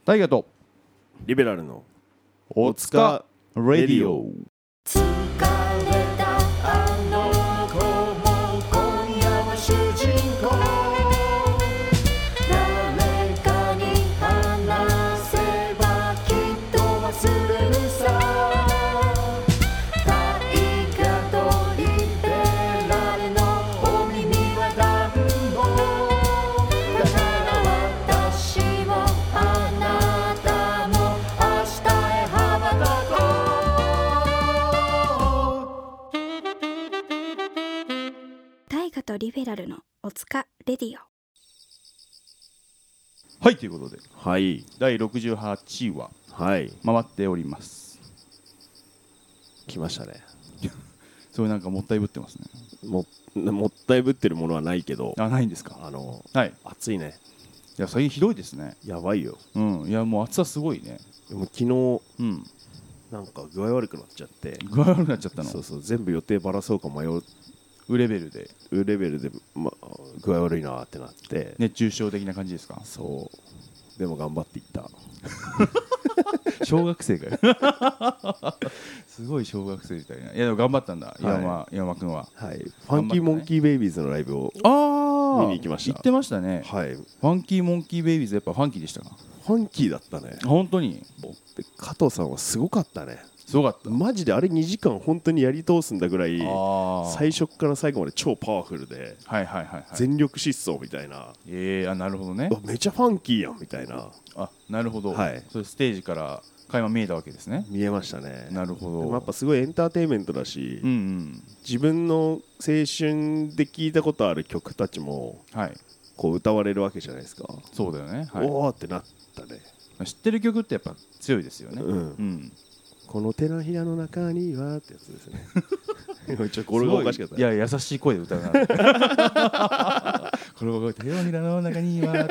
大河とリベラルのおつかレディオ。 疲れたあの子も今夜は主人公。誰かに話せばきっと忘れるさ。大河とリベラルのお耳は暖房。だから私もあなたも明日へ羽ばたこう。 大河とリベラルのおつかレディオ。 はい、ということではい第68話はい回っております。 来ましたね。 それなんかもったいぶってますね。 もったいぶってるものはないけど、 あ、ないんですか。はい。 暑いね。 いや、最近ひどいですね。 やばいよ。 うん。いや、もう暑さすごいね。 でも昨日うん。 なんか具合悪くなっちゃって、 具合悪くなっちゃったの。 そうそう、全部予定ばらそうか迷うレベルでレベルで、具合悪いなってなって、 熱中症的な感じですか。 そうでも頑張っていった。 小学生かよ。すごい小学生みたいな。いや、でも頑張ったんだ、岩間くんは。 はい。ファンキーモンキーベイビーズのライブを見に行きました。 行ってましたね。 はい。 ファンキーモンキーベイビーズやっぱファンキーでしたか。 ファンキーだったね。 本当に。 で加藤さんはすごかったね。 すごかった。 マジであれ2時間本当にやり通すんだぐらい、最初から最後まで超パワフルで、全力疾走みたいな。 あ、なるほどね。 めちゃファンキーやんみたいな。 あ、なるほど。 はい。 それステージから垣間見えたわけですね。 見えましたね。 なるほど。 でもやっぱすごいエンターテインメントだし、自分の青春で聞いたことある曲たちも、こう歌われるわけじゃないですか。 そうだよね。 おーってなったね。 知ってる曲ってやっぱ強いですよね。 この手のひらの中にはってやつですね。めっちゃこれがおかしかった。 いや、優しい声で歌うな。この手のひらの中には。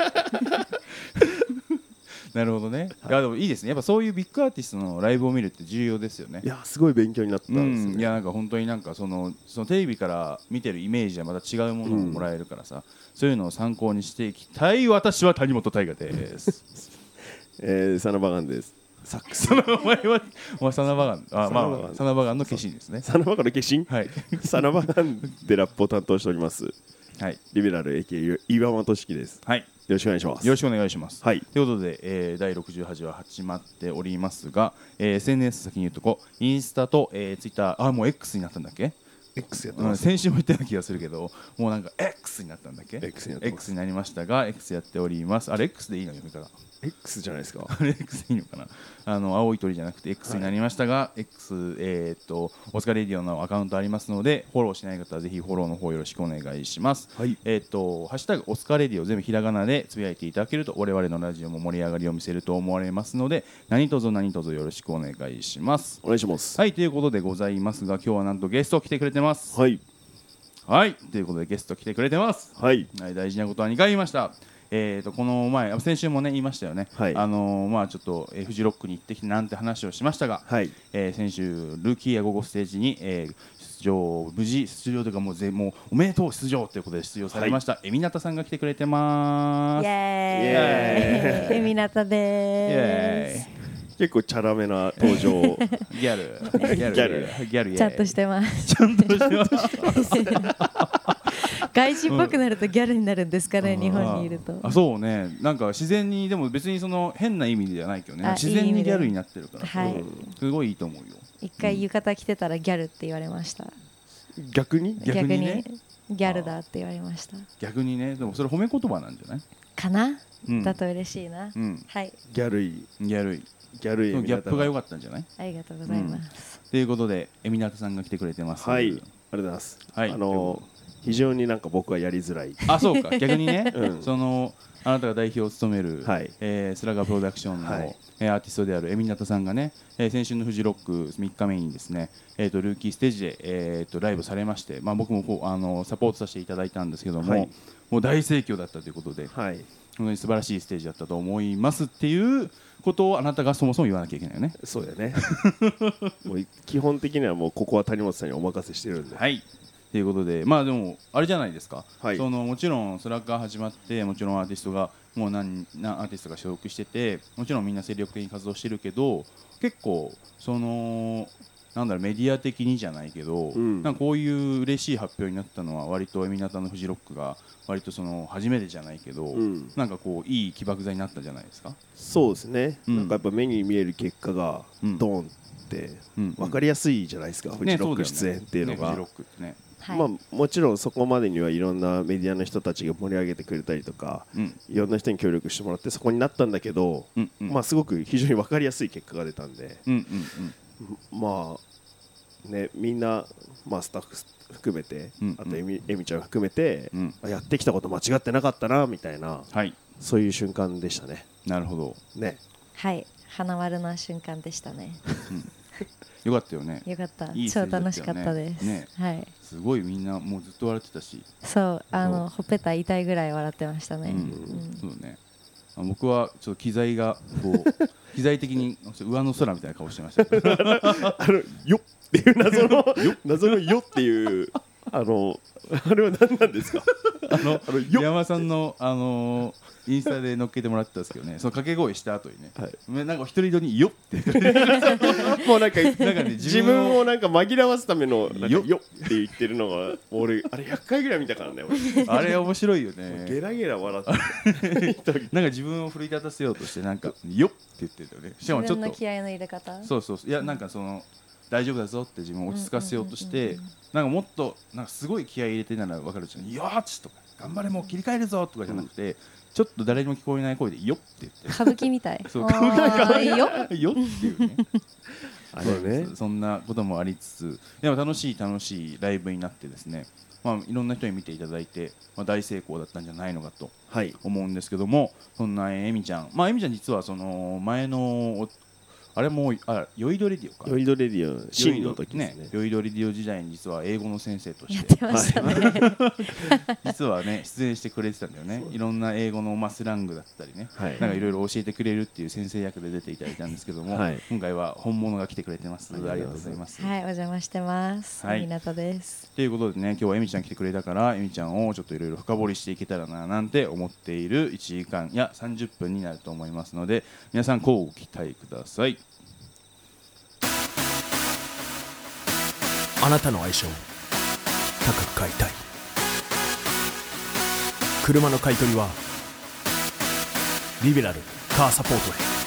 なるほどね。いや、でもいいですね。やっぱそういうビッグアーティストのライブを見るって重要ですよね。 いや、すごい勉強になったんですね。 いや、なんか本当になんかそのテレビから見てるイメージはまた違うものをもらえるからさ、そういうのを参考にしていきたい。私は谷本大河です。 サナバガンです。サックス。 お前サナバガン。サナバガンの化身ですね。 サナバガンの化身。 はい。 サナバガンでラップを担当しております。はい。リベラル AK 岩間俊樹です。 はい。 よろしくお願いします。 よろしくお願いします。 はい。 ということで、第68話始まっておりますが、SNS 先に言うとこう、インスタと、ツイッター、もう X になったんだっけ ？X やってます。 先週も言ったような気がするけど、もうなんか X になったんだっけ？ X になりましたが、X やっております。あれ X でいいの読み方。 X じゃないですか。 あれ X でいいのかな。青い鳥じゃなくて X になりましたが、X おつかレディオのアカウントありますので、フォローしない方はぜひフォローの方よろしくお願いします。 はい。 ハッシュタグおつかレディオ全部ひらがなでつぶやいていただけると我々のラジオも盛り上がりを見せると思われますので、何卒よろしくお願いします。 お願いします。 はい、ということでございますが、今日はなんとゲスト来てくれてます。 はい。 はい、ということでゲスト来てくれてます。 はい。 大事なことは2回言いました。この前、先週もね言いましたよね。はい。ちょっとフジロックに行ってきてなんて話をしましたが、はい。先週ルーキーや午後ステージに、無事出場というかもうおめでとう出場ということで出場されました、エミナタさんが来てくれてます。 イエーイ。エミナタです。 結構チャラめな登場。 ギャルちゃんとしてます。 ちゃんとしてます。 外資っぽくなるとギャルになるんですかね、日本にいると。 あ、そうね。なんか自然に、でも別にその変な意味ではないけどね、自然にギャルになってるから、すごいいいと思うよ。 一回浴衣着てたらギャルって言われました。 逆にね、 ギャルだって言われました。 逆にね。でもそれ褒め言葉なんじゃないかな、だと嬉しいな。はい。 ギャルいギャップが良かったんじゃない？ ありがとうございます。 ということでエミナタさんが来てくれてます。 はい、ありがとうございます。はい。非常になんか僕はやりづらい。 あ、そうか。逆にね、あなたが代表を務める、スラガープロダクションの、アーティストであるエミナタさんがね、先週のフジロック3日目にですね、ルーキーステージで、ライブされまして、僕もサポートさせていただいたんですけども、もう大盛況だったということで、本当に素晴らしいステージだったと思いますっていうことをあなたがそもそも言わなきゃいけないよね。 そうだね。もう基本的にはもうここは谷本さんにお任せしてるんで。 はい。ということで、でもあれじゃないですか、もちろんスラッガー始まってもちろんアーティストがもう何アーティストが所属してて、もちろんみんな精力的に活動してるけど、結構そのなんだろう、メディア的にじゃないけど、なんかこういう嬉しい発表になったのは割とエミナタのフジロックが割とその初めてじゃないけど、なんかこういい起爆剤になったんじゃないですか。 そうですね、なんかやっぱ目に見える結果がドーンって分かりやすいじゃないですか、フジロック出演っていうのが、フジロックってね、まあ、もちろんそこまでにはいろんなメディアの人たちが盛り上げてくれたりとか、いろんな人に協力してもらってそこになったんだけど、まあ、すごく非常に分かりやすい結果が出たんで、まあね、みんな、まあ、スタッフ含めて、あとエミちゃん含めて、やってきたこと間違ってなかったなみたいな、そういう瞬間でしたね。 なるほどね。はい、花丸な瞬間でしたね。 よかったよね。 よかった。 いい超楽しかったです。 ね、はい。すごいみんなもうずっと笑ってたし。 そう、ほっぺた痛いぐらい笑ってましたね。 そうね。僕はちょっと機材がこう機材的に上の空みたいな顔してました。 よっていう謎のよっていうあれは何なんですか。 山さんのインスタで載っけてもらってたんですけどね、その掛け声した後にね、なんか一人によってもうなんか自分をなんか紛らわすためのよって言ってるのが俺あれ100回ぐらい見たからね。 あれ面白いよね。 ゲラゲラ笑ってなんか自分を奮い立たせようとしてなんかよって言ってたよね。しかもちょっと気合の入れ方。 そういやなんかその大丈夫だぞって自分を落ち着かせようとして、なんかもっとなんかすごい気合い入れてなら分かるじゃん。よーちとか頑張れもう切り替えるぞとかじゃなくて、ちょっと誰にも聞こえない声でよって言って歌舞伎みたい。 そう歌舞伎よっていうね。 あれね、 そんなこともありつつ、でも楽しいライブになってですね、まあ、いろんな人に見ていただいて、まあ、大成功だったんじゃないのかと思うんですけども、そんなエミちゃん、まあ、エミちゃん実はその前のあれもヨイドレディオか。 ヨイドレディオ真の時ですね。 ヨイドレディオ時代に実は英語の先生としてやってましたね。 実はね出演してくれてたんだよね。いろんな英語のスラングだったりね、なんかいろいろ教えてくれるっていう先生役で出ていただいたんですけども、今回は本物が来てくれてます。ありがとうございます。 はい、お邪魔してます。港です。 ということでね、今日はエミちゃん来てくれたからエミちゃんをちょっといろいろ深掘りしていけたらななんて思っている1時間や30分になると思いますので、皆さんこうご期待ください。 あなたの愛車を高く買いたい。車の買い取りはリベラルカーサポートへ。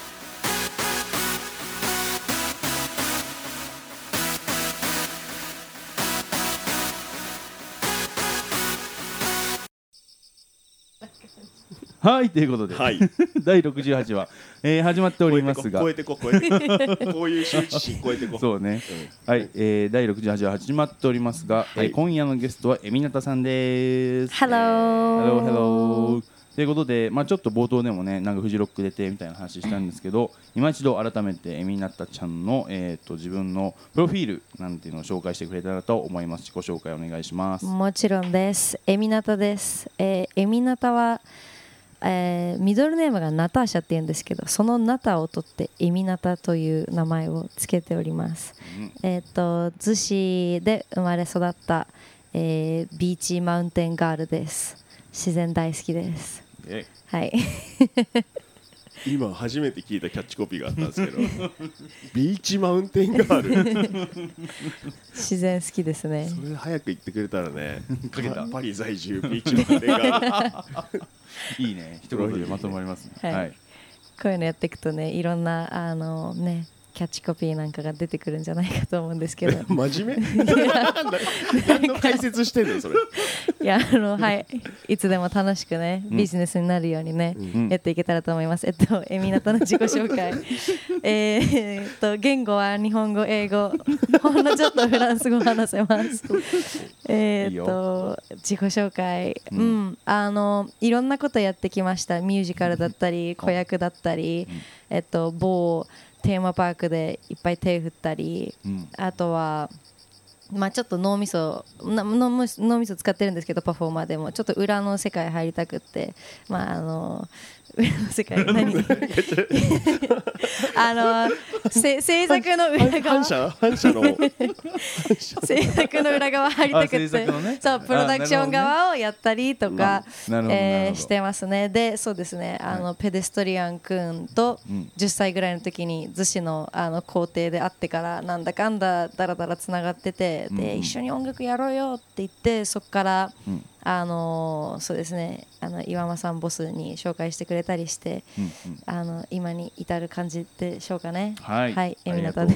はいということで、第68話、始まっておりますが、 超えてこういう羞恥心超えてこそうね、はい、第68話始まっておりますが、今夜のゲストはエミナタさんです。 Hello。 ということで、まあ、ちょっと冒頭でもね、なんかフジロック出てみたいな話したんですけど、今一度改めてエミナタちゃんの、自分のプロフィールなんていうのを紹介してくれたらと思います。自己紹介お願いします。 もちろんです。エミナタです。エミナタはミドルネームがナターシャっていうんですけど、そのナタを取ってエミナタという名前をつけております。逗子で生まれ育った、ビーチマウンテンガールです。自然大好きです。はい。 今初めて聞いたキャッチコピーがあったんですけどビーチマウンテンガール自然好きですね。 それ早く言ってくれたらねパリ在住ビーチマウンテンガールいいね、一言でまとまりますね。はい、 こういうのやっていくとね、いろんなねキャッチコピーなんかが出てくるんじゃないかと思うんですけど真面目何の解説してんのそれ。 いやはい、いつでも楽しくね、ビジネスになるようにね、やっていけたらと思います。エミナタの自己紹介言語は日本語、英語、ほんのちょっとフランス語話せます自己紹介、いろんなことやってきました。ミュージカルだったり子役だったり、某テーマパークでいっぱい手振ったり、あとはまあちょっと脳みそ使ってるんですけど、パフォーマーでもちょっと裏の世界入りたくって、まあ裏の世界何制作の裏側反社の制作の裏側入りたくて、 ね、 そうプロダクション側をやったりとか、してますね。でそうですね、ペデストリアン君と10歳ぐらいの時に逗子の校庭で会ってからなんだかんだだらだらつながってて、で一緒に音楽やろうよって言って、そこからそうですね、岩間さんボスに紹介してくれたりして、今に至る感じでしょうかね。はい、エミナタです。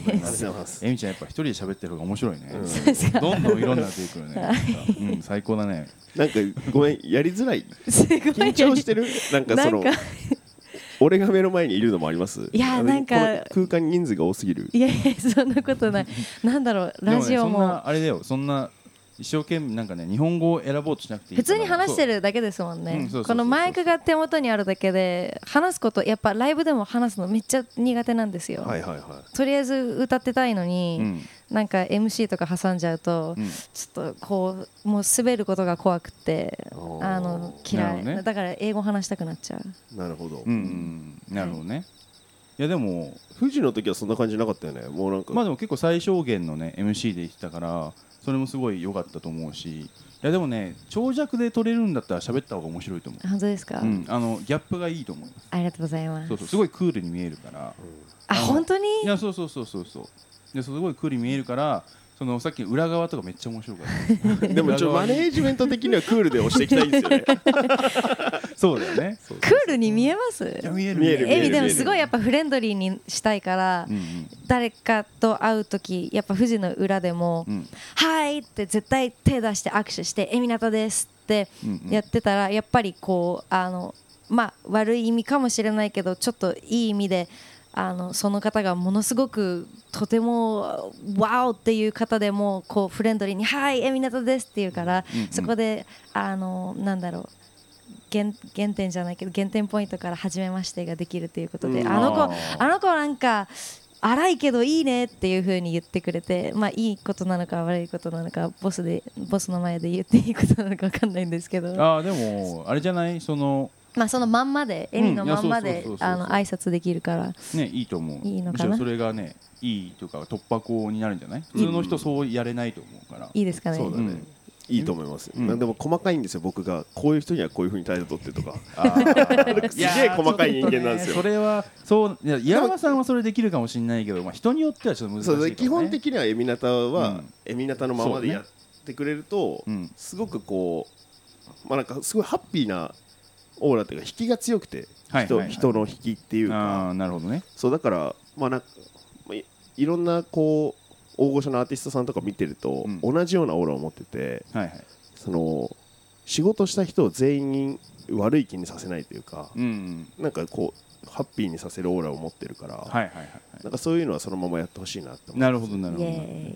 エミちゃんやっぱ一人で喋ってる方が面白いね。どんどん色になっていくよね。最高だね。 なんかごめん、やりづらい。緊張してる。なんかその俺が目の前にいるのもあります。 いやなんか空間人数が多すぎる。 いやそんなことない。なんだろう、ラジオもあれだよ、そんな一生懸命なんかね、日本語を選ぼうとしなくていい。 普通に話してるだけですもんね。このマイクが手元にあるだけで話すこと、やっぱライブでも話すのめっちゃ苦手なんですよ。とりあえず歌ってたいのに、なんか MC とか挟んじゃうと、ちょっとこうもう滑ることが怖くて嫌い、だから英語話したくなっちゃう。 なるほど。 なるほどね。いやでも富士の時はそんな感じなかったよね。もうなんかまあでも結構最小限のね MC で言ってたから、それもすごい良かったと思うし、いやでもね、長尺で撮れるんだったら喋った方が面白いと思う。 本当ですか？ ギャップがいいと思います。 ありがとうございます。 そうそう、すごいクールに見えるから。 本当に？ いやそうですごいクールに見えるから、そのさっき裏側とかめっちゃ面白かった。 でもマネージメント的にはクールで押していきたいんですよね。 そうだよね。 クールに見えます？ 見える。 エミでもすごいやっぱフレンドリーにしたいから、誰かと会う時やっぱ富士の裏でもはいって絶対手出して握手してエミナタですってやってたら、やっぱりこうまあ悪い意味かもしれないけど、ちょっといい意味でその方がものすごくとてもワオっていう方でもこうフレンドリーにはいエミナタですって言うから、そこでなんだろう、原点じゃないけど原点ポイントから初めましてができるということで、あの子なんか荒いけどいいねっていう風に言ってくれて、まあいいことなのか悪いことなのか、ボスの前で言っていいことなのか分かんないんですけど、 でもあれじゃない、 まあそのまんまでエミのまんまで挨拶できるからね、いいと思う。 いいのかな。 むしろそれがね、いいというか突破口になるんじゃない？普通の人そうやれないと思うから。 いいですかね。 そうだね。いいと思います。なんでも細かいんですよ。僕がこういう人にはこういう風に態度取ってとか。すげえ細かい人間なんですよ。 それはそう、岩間さんはそれできるかもしれないけど、まあ人によってはちょっと難しいかもね。 基本的にはエミナタはエミナタのままでやってくれると、すごくこうまあなんかすごいハッピーなオーラというか引きが強くて、人の引きっていうか。 なるほどね。 そうだからまあなんかいろんなこう大御所のアーティストさんとか見てると、同じようなオーラを持ってて、その仕事した人を全員悪い気にさせないというか、なんかこうハッピーにさせるオーラを持ってるから、なんかそういうのはそのままやってほしいなと思います。 なるほどなるほど。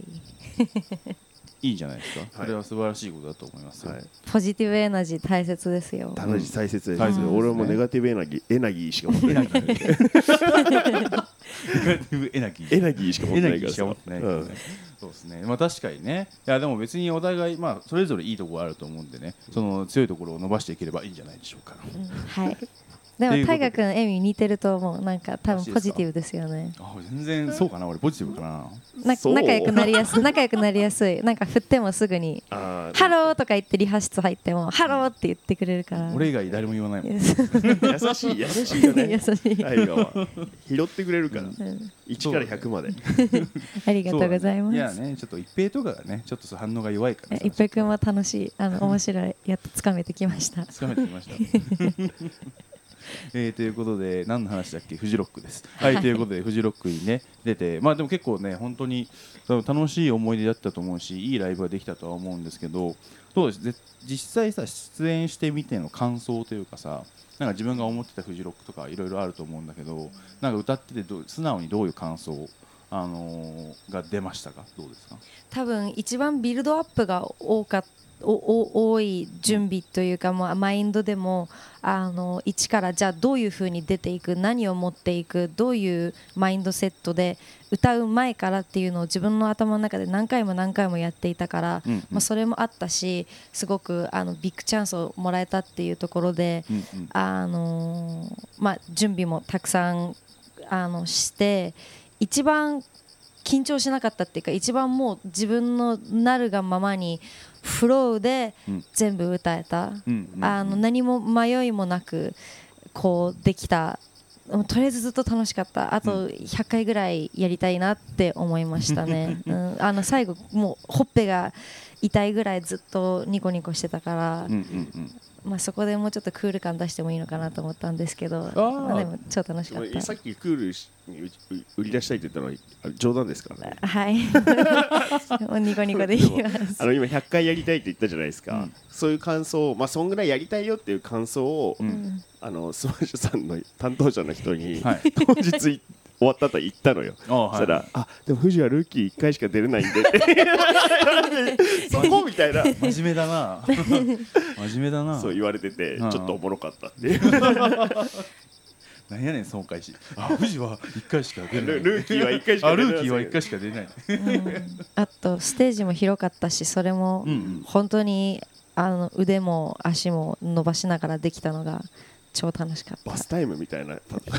いいじゃないですか。それは素晴らしいことだと思います。 ポジティブエナジー大切ですよ。 大切です。俺はもうネガティブエナギーしか持ってない。ネガティブエナギーしか持ってないから。 そうですね。まあ確かにね。いやでも別にお互いまあそれぞれいいところあると思うんでね。その強いところを伸ばしていければいいんじゃないでしょうか。 はい。でも大河君エミ似てると思う。なんか多分ポジティブですよね。 全然そうかな。俺ポジティブかな。 仲良くなりやすい。なんか振ってもすぐにハローとか言ってリハ室入ってもハローって言ってくれるから。 俺以外誰も言わないもん。 優しいよね。 優しい。 愛は拾ってくれるから。1から100まで。 ありがとうございます。 いやね、ちょっと一平とかがね、ちょっと反応が弱いから。 一平君は楽しい、面白い、やっとつかめてきました。 つかめてきました。ということで何の話だっけ、フジロックです。はい、ということでフジロックにね出て、まあでも結構ね本当に楽しい思い出だったと思うし、いいライブができたとは思うんですけど、どうです実際さ出演してみての感想というかさ、なんか自分が思ってたフジロックとかいろいろあると思うんだけど、なんか歌ってて素直にどういう感想が出ましたか？どうですか？ 多分一番ビルドアップが多い準備というか、マインドでも一からじゃあどういう風に出ていく、何を持っていく、どういうマインドセットで歌う前からっていうのを自分の頭の中で何回もやっていたから、それもあったし、すごくビッグチャンスをもらえたっていうところで、準備もたくさんして一番緊張しなかったっていうか、一番もう自分のなるがままにフローで全部歌えた、何も迷いもなくこうできた。とりあえずずっと楽しかった。あと100回ぐらいやりたいなって思いましたね。最後もうほっぺが痛いぐらいずっとニコニコしてたから、まあそこでもうちょっとクール感出してもいいのかなと思ったんですけど、まあでも超楽しかった。 さっきクールに売り出したいって言ったのは冗談ですからね。 はいもうニコニコでいきます。 今100回やりたいって言ったじゃないですか、そういう感想を、まあそんぐらいやりたいよっていう感想を、スマッシュさんの担当者の人に、当日終わったと言ったのよ。そしたら、でも藤はルーキー1回しか出れないんでそこみたいな。 真面目だな真面目だな。 そう言われてて、ちょっとおもろかったっていう何やねんその返し。藤は1回しか出ない。 ルーキーは1回しか出ない。 ルーキーは1回しか出ない。 あとステージも広かったし、それも本当に腕も足も伸ばしながらできたのが超楽しかった。 バスタイムみたいなリラ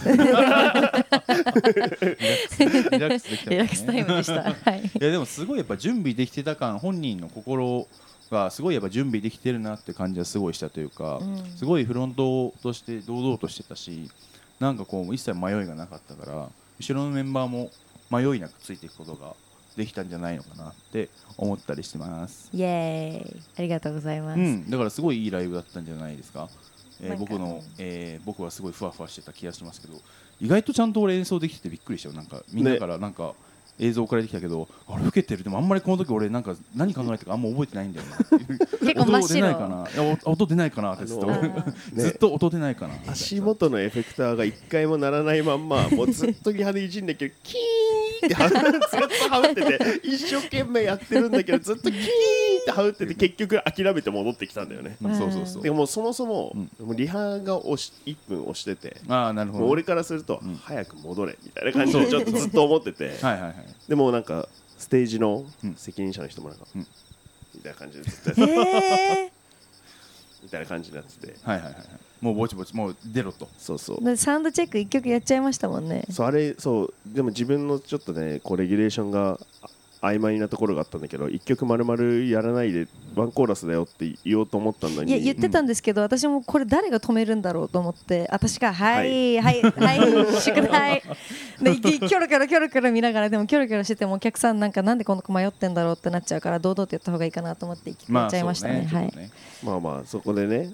ックスできたね。 リラックスタイムでした、はい、 いやでもすごいやっぱ準備できてた感、本人の心がすごいやっぱ準備できてるなって感じはすごいしたというか、すごいフロントとして堂々としてたし、なんかこう一切迷いがなかったから、後ろのメンバーも迷いなくついていくことができたんじゃないのかなって思ったりしてます。 イエーイ、ありがとうございます、 だからすごいいいライブだったんじゃないですか。僕はすごいふわふわしてた気がしますけど、意外とちゃんと俺演奏できててびっくりしたよ。なんかみんなからなんか映像送られてきたけど、あれ老けてる。でもあんまりこの時俺なんか何考えてるかあんま覚えてないんだよな結構真っ白。 音出ないかなってずっと音出ないかな。 足元のエフェクターが一回も鳴らないまんま、もうずっとリハでいじんだけどキーンってずっとハウってて、一生懸命やってるんだけどずっとキーンってハウってて、結局諦めて戻ってきたんだよね。 そうでもそもそもリハが1分押してて、 なるほど。 俺からすると早く戻れみたいな感じでちょっとずっと思ってて、でもなんかステージの責任者の人もなんかみたいな感じでずっとやってみたいな感じになってて、 もうぼちぼちもう出ろと。 そうサウンドチェック1曲やっちゃいましたもんね。 でも自分のちょっとねこうレギュレーションが曖昧なところがあったんだけど、1曲丸々やらないでワンコーラスだよって言おうと思ったのに、 いや言ってたんですけど、私もこれ誰が止めるんだろうと思って、私がはい宿題でキョロキョロ見ながら、でもキョロキョロしててもお客さんなんでこの子迷ってんだろうってなっちゃうから、堂々とやった方がいいかなと思ってやっちゃいましたね。 まあそこでね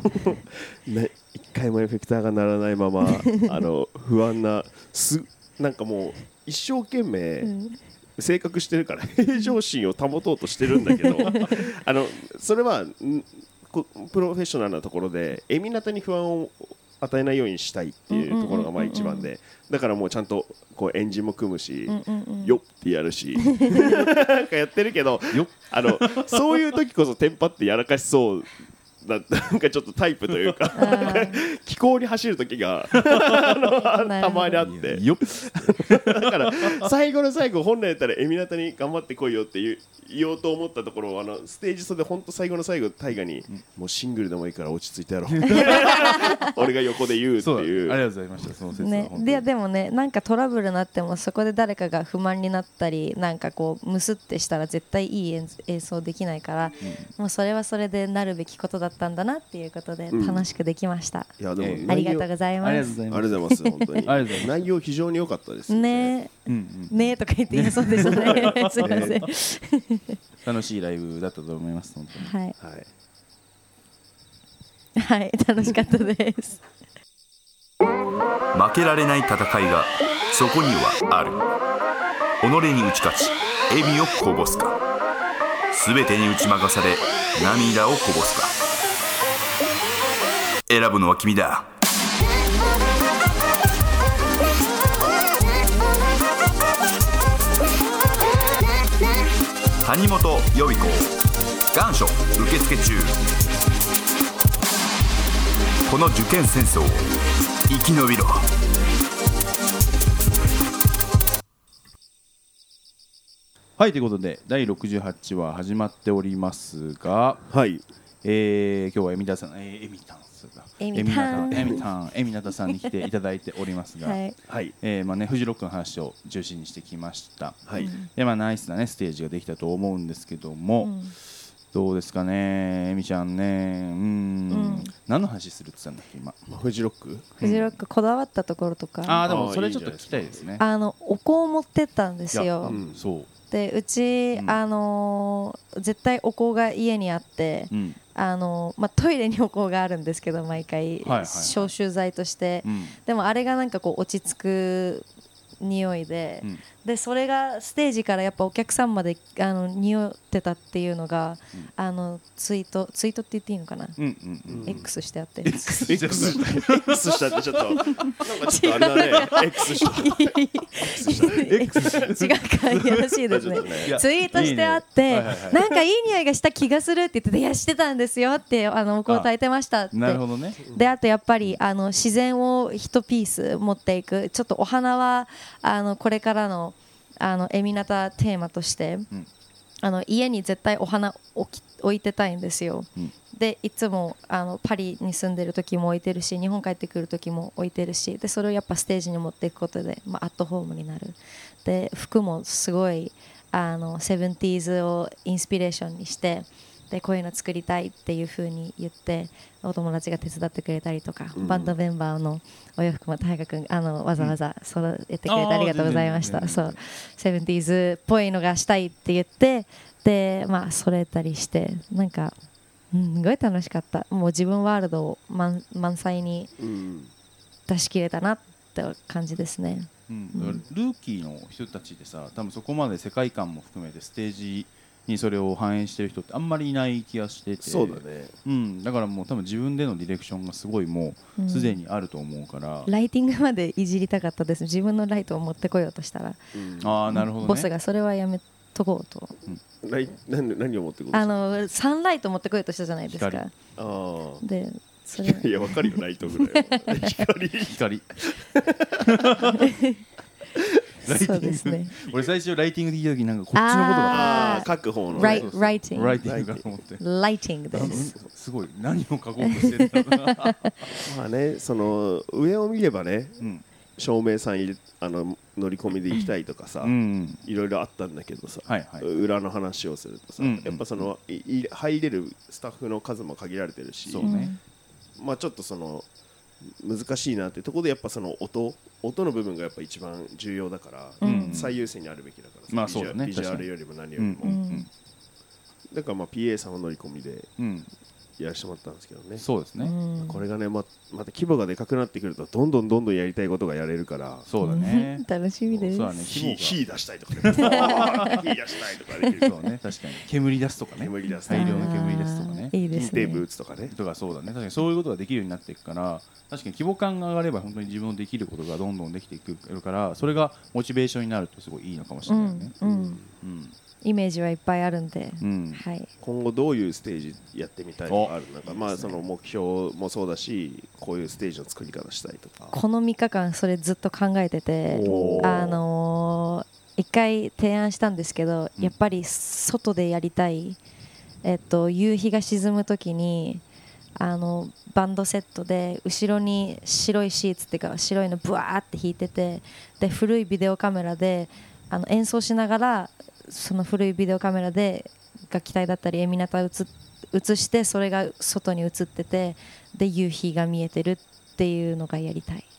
1回もエフェクターが鳴らないまま不安ななんかもう一生懸命、性格してるから平常心を保とうとしてるんだけどそれはプロフェッショナルなところでエミナタに不安を与えないようにしたいっていうところがまあ一番で、だからもうちゃんとこうエンジンも組むし、よっってやるしなんかやってるけど、そういう時こそテンパってやらかしそうなんかちょっとタイプというか気候に走る時がたまにあって、だから最後の最後、本来だったらエミナタに頑張ってこいよって言おうと思ったところをステージ袖で本当最後の最後タイガにもうシングルでもいいから落ち着いてやろう俺が横で言うっていう。 ありがとうございました。その説はでもね、なんかトラブルになってもそこで誰かが不満になったりなんかこうムスってしたら絶対いい演奏できないから、もうそれはそれでなるべきことだったんだなっていうことで楽しくできました。 いやでもありがとうございます。 ありがとうございます。本当に内容非常に良かったですね。ねとか言って言いそうでしたね。すみません。 楽しいライブだったと思います。本当に。 はい楽しかったです。 負けられない戦いがそこにはある。己に打ち勝ち笑みをこぼすか、すべてに打ち負かされ涙をこぼすか、選ぶのは君だ。谷本予備校願書受付中。この受験戦争を生き延びろ。 はい、ということで第68話始まっておりますが、 はい、 今日はエミナタさんエミナタさんに来ていただいておりますが、はいまあね、フジロックの話を中心にしてきました、はいでまあ、ナイスな、ね、ステージができたと思うんですけども、どうですかねエミちゃんね何の話するって言ったんだっけ今、 フジロックこだわったところとかでもそれちょっと聞きたいですね。 お香を持ってったんですよ。 そうでうち、絶対お香が家にあって、トイレにお香があるんですけど毎回、消臭剤として、でもあれがなんかこう落ち着く匂いで、でそれがステージからやっぱお客さんまで匂ってたっていうのが、ツイートって言っていいのかな、X してあって X したってちょっとなんかちょっとあれだねX した違うかいやらしいですねツイートしてあってなんかいい匂いがした気がするって言ってて、いやしてたんですよってお香を焚いてましたって。 なるほどね。 であとやっぱり自然を1ピース持っていく、ちょっとお花はこれからのエミナタテーマとして、家に絶対お花置いてたいんですよ、でいつもパリに住んでる時も置いてるし、日本帰ってくる時も置いてるし、でそれをやっぱステージに持っていくことで、アットホームになる。で服もすごい70s をインスピレーションにして、でこういうの作りたいっていう風に言ってお友達が手伝ってくれたりとか、バンドメンバーのお洋服も大河君わざわざ揃えてくれてありがとうございました。そう 70s っぽいのがしたいって言って、で揃えたりして、なんかすごい楽しかった。もう自分ワールドを満載に出し切れたなって感じですね。 ルーキーの人たちでさ、多分そこまで世界観も含めてステージにそれを反映してる人ってあんまりいない気がしてて、 そうだね、 だからもう多分自分でのディレクションがすごいもうすでにあると思うから、 ライティングまでいじりたかったです。自分のライトを持ってこようとしたら、 なるほどね、 ボスがそれはやめとこうと、 何を持ってこうとサンライト持ってこようとしたじゃないですか。でそれいや分かるよ、ライトぐらい光そうですね。 俺最初ライティングで聞いた時なんかこっちのことだ書く方のライティングかと思って、 ライティングです。 すごい何を書こうとしてるんだろうなまあね、その上を見ればね、照明さん乗り込みで行きたいとかさ、いろいろあったんだけどさ、裏の話をするとさ、やっぱその入れるスタッフの数も限られてるし、まあちょっとその難しいなってところで、やっぱその音の部分がやっぱ一番重要だから、最優先にあるべきだからさ、ビジュアルよりも何よりも、だからPA さんを乗り込みでやらせてもらったんですけどね。 そうですね、 これがね、また規模がでかくなってくるとどんどんやりたいことがやれるから、 そうだね楽しみです。 そうだね、 火出したいとかね火出したいとかできる。 そうね、確かに煙出すとかね、大量の煙出すとかね、 いいですね、 テープ打つとかね、 そうだね、確かにそういうことができるようになっていくから、確かに規模感が上がれば本当に自分のできることがどんどんできていくから、それがモチベーションになるとすごいいいのかもしれないね。 イメージはいっぱいあるんで、 今後どういうステージやってみたいとかあるのか、その目標もそうだし、こういうステージの作り方したいとか。 この3日間それずっと考えてて、一回提案したんですけど、やっぱり外でやりたい、夕日が沈む時にバンドセットで後ろに白いシーツっていうか白いのブワーって引いてて、で古いビデオカメラで演奏しながら、その古いビデオカメラで楽器隊だったりエミナタ映して、それが外に映ってて、で夕日が見えてるっていうのがやりたい。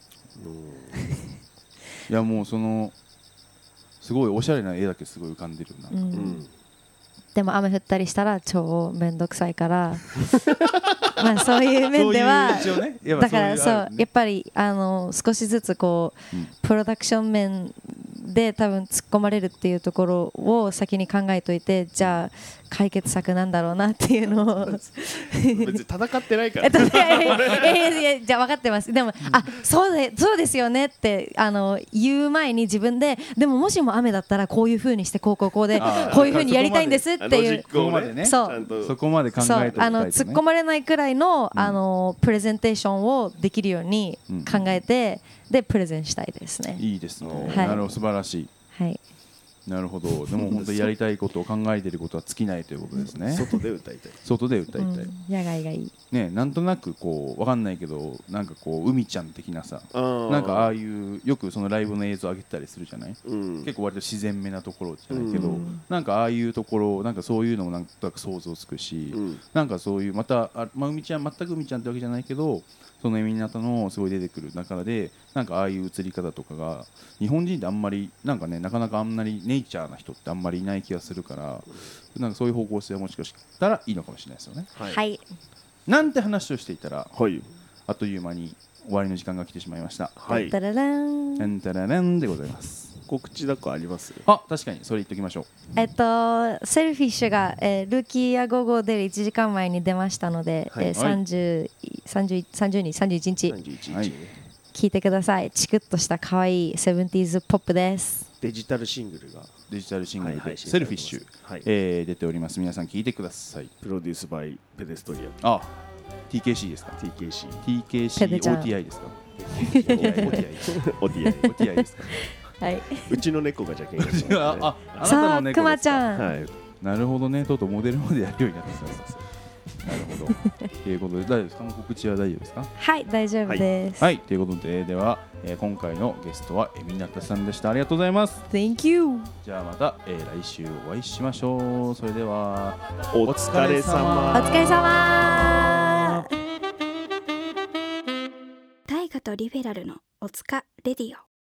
いやもうそのすごいおしゃれな絵だけすごい浮かんでるよな、 でも雨降ったりしたら超めんどくさいからそういう面ではだからそうやっぱり少しずつこう、プロダクション面で多分突っ込まれるっていうところを先に考えといて、じゃあ解決策なんだろうなっていうのを別に戦ってないからじゃあ分かってます。でもそうですよねって言う前に自分で、でももしも雨だったらこういう風にしてこうでこういう風にやりたいんですっていう、 そこまで考えておきたいとね、 突っ込まれないくらいのプレゼンテーションをできるように考えて、でプレゼンしたいですね。 いいですね、なるほど、素晴らしい。 なるほど。でも本当にやりたいことを考えていることは尽きないということですね。 外で歌いたい。 外で歌いたい。 野外がいい。 ね、なんとなくこうわかんないけど、なんかこう海ちゃん的なさ、なんかああいうよくそのライブの映像上げたりするじゃない。結構割と自然めなところじゃないけど、なんかああいうところ、なんかそういうのもなんとなく想像つくし、なんかそういうまた海ちゃん全く海ちゃんってわけじゃないけど。そのエミナタのすごい出てくる中でなんかああいう映り方とかが日本人ってあんまりなんかねなかなかあんまりネイチャーな人ってあんまりいない気がするからなんかそういう方向性はもしかしたらいいのかもしれないですよね。 はい。 なんて話をしていたら、 はい、 あっという間に終わりの時間が来てしまいました。 はい。 タララン。 タラランでございます。 告知だかあります？ あ、確かにそれ言っときましょう。 セルフィッシュが、ルーキーや午後出る1時間前に出ましたので、30日、31日聞いてください。チクッとした可愛い 70s ポップです。 デジタルシングルでセルフィッシュ、出ております。皆さん聞いてください。 プロデュースバイペデストリア。 あ、TKC ですか？ TKC。OTI ですか ？OTI ですか？ はい。 うちの猫がじゃけん。 あなたの猫ですか？ くまちゃん。 はい。 なるほどね。とうとうモデルまでやるようになってきた。なるほど。ということで大丈夫ですか？告知は大丈夫ですか？ はい、大丈夫です。 はい、ということででは、今回のゲストはエミナタさんでした。ありがとうございます。 Thank you。 じゃあまた、来週お会いしましょう。それではお疲れ様。 お疲れ様。 大河とリベラルのおつかレディオ。